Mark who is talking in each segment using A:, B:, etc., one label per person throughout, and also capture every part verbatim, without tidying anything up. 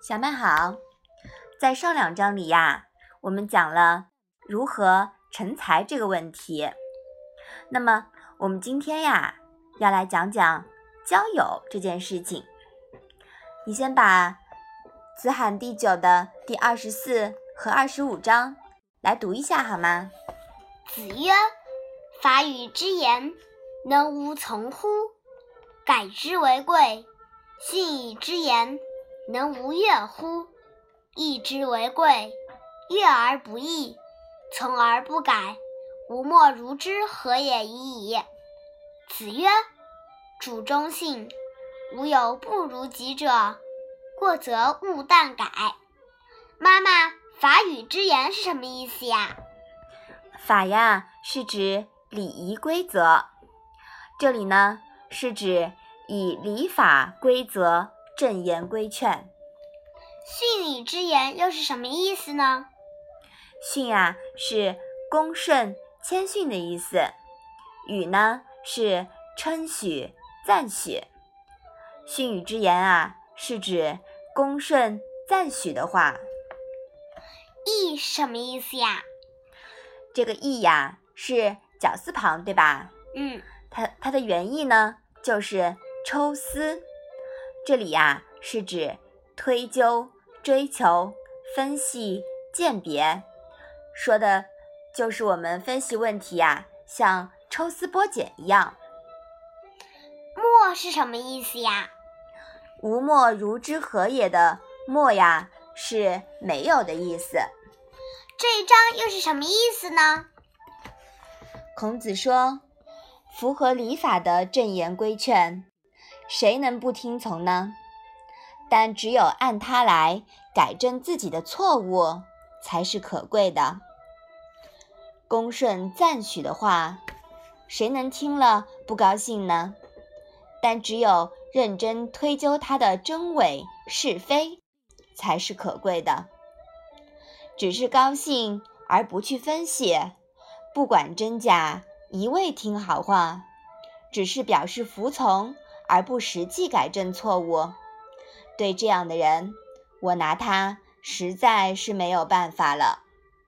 A: 小麦好，在上两章里呀，我们讲了如何成才这个问题。那么我们今天呀，要来讲讲交友这件事情。你先把子罕第九的第二十四和二十五章来读一下好吗？
B: 子曰：法语之言，能无从乎？改之为贵。信以之言，能无悦乎？义之为贵。悦而不义，从而不改，吾莫如之何也已矣。子曰：主忠信，无有不如己者，过则勿惮改。妈妈，法语之言是什么意思呀？
A: 法呀，是指礼仪规则，这里呢是指以礼法规则正言规劝。
B: 训礼之言又是什么意思呢？
A: 训啊是恭顺谦逊的意思，语呢是称许赞许。训语之言啊是指恭顺赞许的话。
B: 义是什么意思呀？
A: 这个义呀是绞丝旁对吧？
B: 嗯，
A: 它它的原意呢就是抽丝，这里呀是指推究、追求、分析、鉴别，说的就是我们分析问题呀，像抽丝剥茧一样。
B: 莫是什么意思呀？
A: 吾莫如之何也的莫呀是没有的意思。
B: 这一章又是什么意思呢？
A: 孔子说，符合礼法的正言规劝，谁能不听从呢？但只有按它来改正自己的错误，才是可贵的。恭顺赞许的话，谁能听了不高兴呢？但只有认真推究它的真伪是非，才是可贵的。只是高兴而不去分析，不管真假，一味听好话，只是表示服从而不实际改正错误，对这样的人，我拿他实在是没有办法了。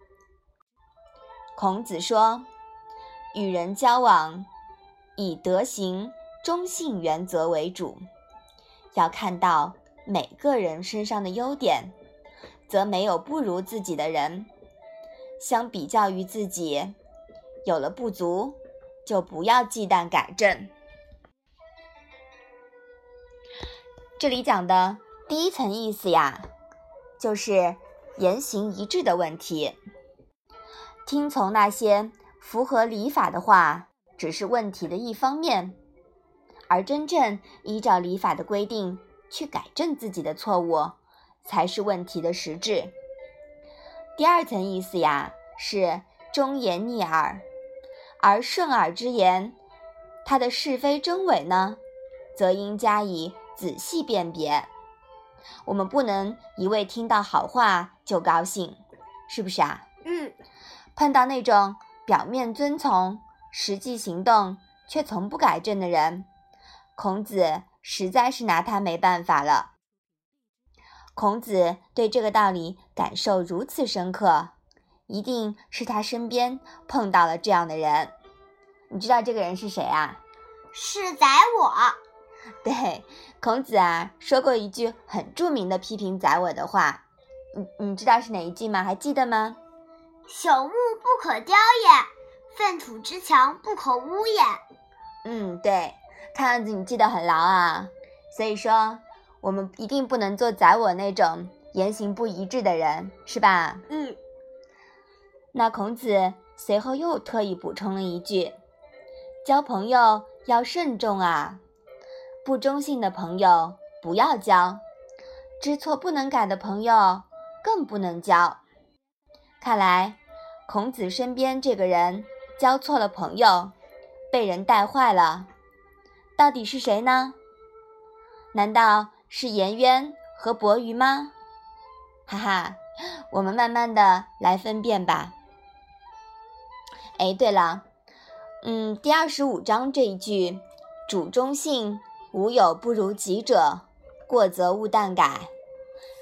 A: 孔子说，与人交往，以德行、忠信原则为主，要看到每个人身上的优点，则没有不如自己的人。相比较于自己，有了不足，就不要忌惮改正。这里讲的第一层意思呀，就是言行一致的问题。听从那些符合礼法的话，只是问题的一方面，而真正依照礼法的规定去改正自己的错误，才是问题的实质。第二层意思呀，是忠言逆耳，而顺耳之言，它的是非真伪呢，则应加以仔细辨别。我们不能一味听到好话就高兴，是不是啊？
B: 嗯，
A: 碰到那种表面遵从，实际行动却从不改正的人，孔子实在是拿他没办法了。孔子对这个道理感受如此深刻，一定是他身边碰到了这样的人。你知道这个人是谁啊？
B: 是宰我。
A: 对，孔子啊说过一句很著名的批评宰我的话，你你知道是哪一句吗？还记得吗？
B: 朽木不可雕也，粪土之墙不可污也。
A: 嗯，对，看样子你记得很牢啊。所以说我们一定不能做宰我那种言行不一致的人，是吧？
B: 嗯。
A: 那孔子随后又特意补充了一句，交朋友要慎重啊，不忠信的朋友不要交，知错不能改的朋友更不能交。看来孔子身边这个人交错了朋友，被人带坏了，到底是谁呢？难道是颜渊和伯鱼吗？哈哈，我们慢慢的来分辨吧。哎，对了，嗯，第二十五章这一句，主忠信，无有不如己者，过则勿惮改。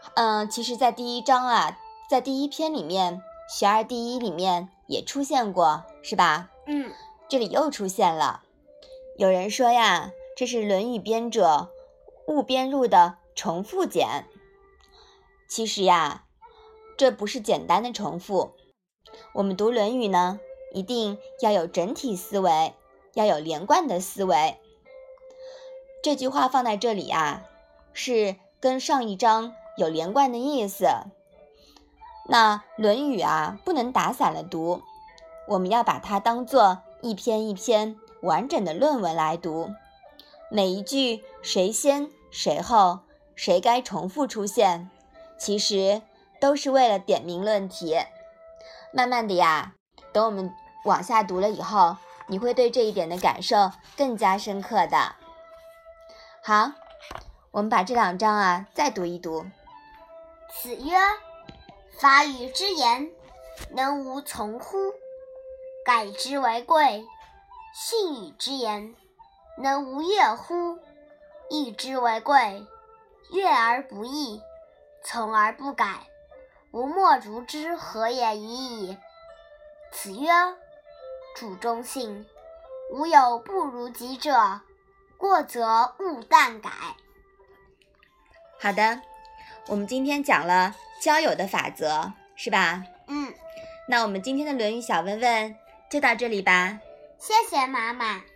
A: 嗯，其实在第一章啊，在第一篇里面，学而第一里面也出现过，是吧？
B: 嗯，
A: 这里又出现了。有人说呀，这是《论语》编者误编入的重复简。其实呀，这不是简单的重复。我们读《论语》呢，一定要有整体思维，要有连贯的思维。这句话放在这里啊，是跟上一章有连贯的意思。那《论语》啊，不能打散了读，我们要把它当作一篇一篇完整的论文来读。每一句谁先谁后，谁该重复出现，其实都是为了点名论题。慢慢的呀，等我们往下读了以后，你会对这一点的感受更加深刻的。好，我们把这两章啊再读一读。
B: 子曰：法语之言，能无从乎？改之为贵。信与之言，能无悦乎？义之为贵。悦而不义，从而不改，吾莫如之何也已矣。子曰：主忠信，吾有不如己者，过则勿惮改。
A: 好的，我们今天讲了交友的法则，是吧？
B: 嗯，
A: 那我们今天的《论语》小问问就到这里吧。
B: 谢谢妈妈。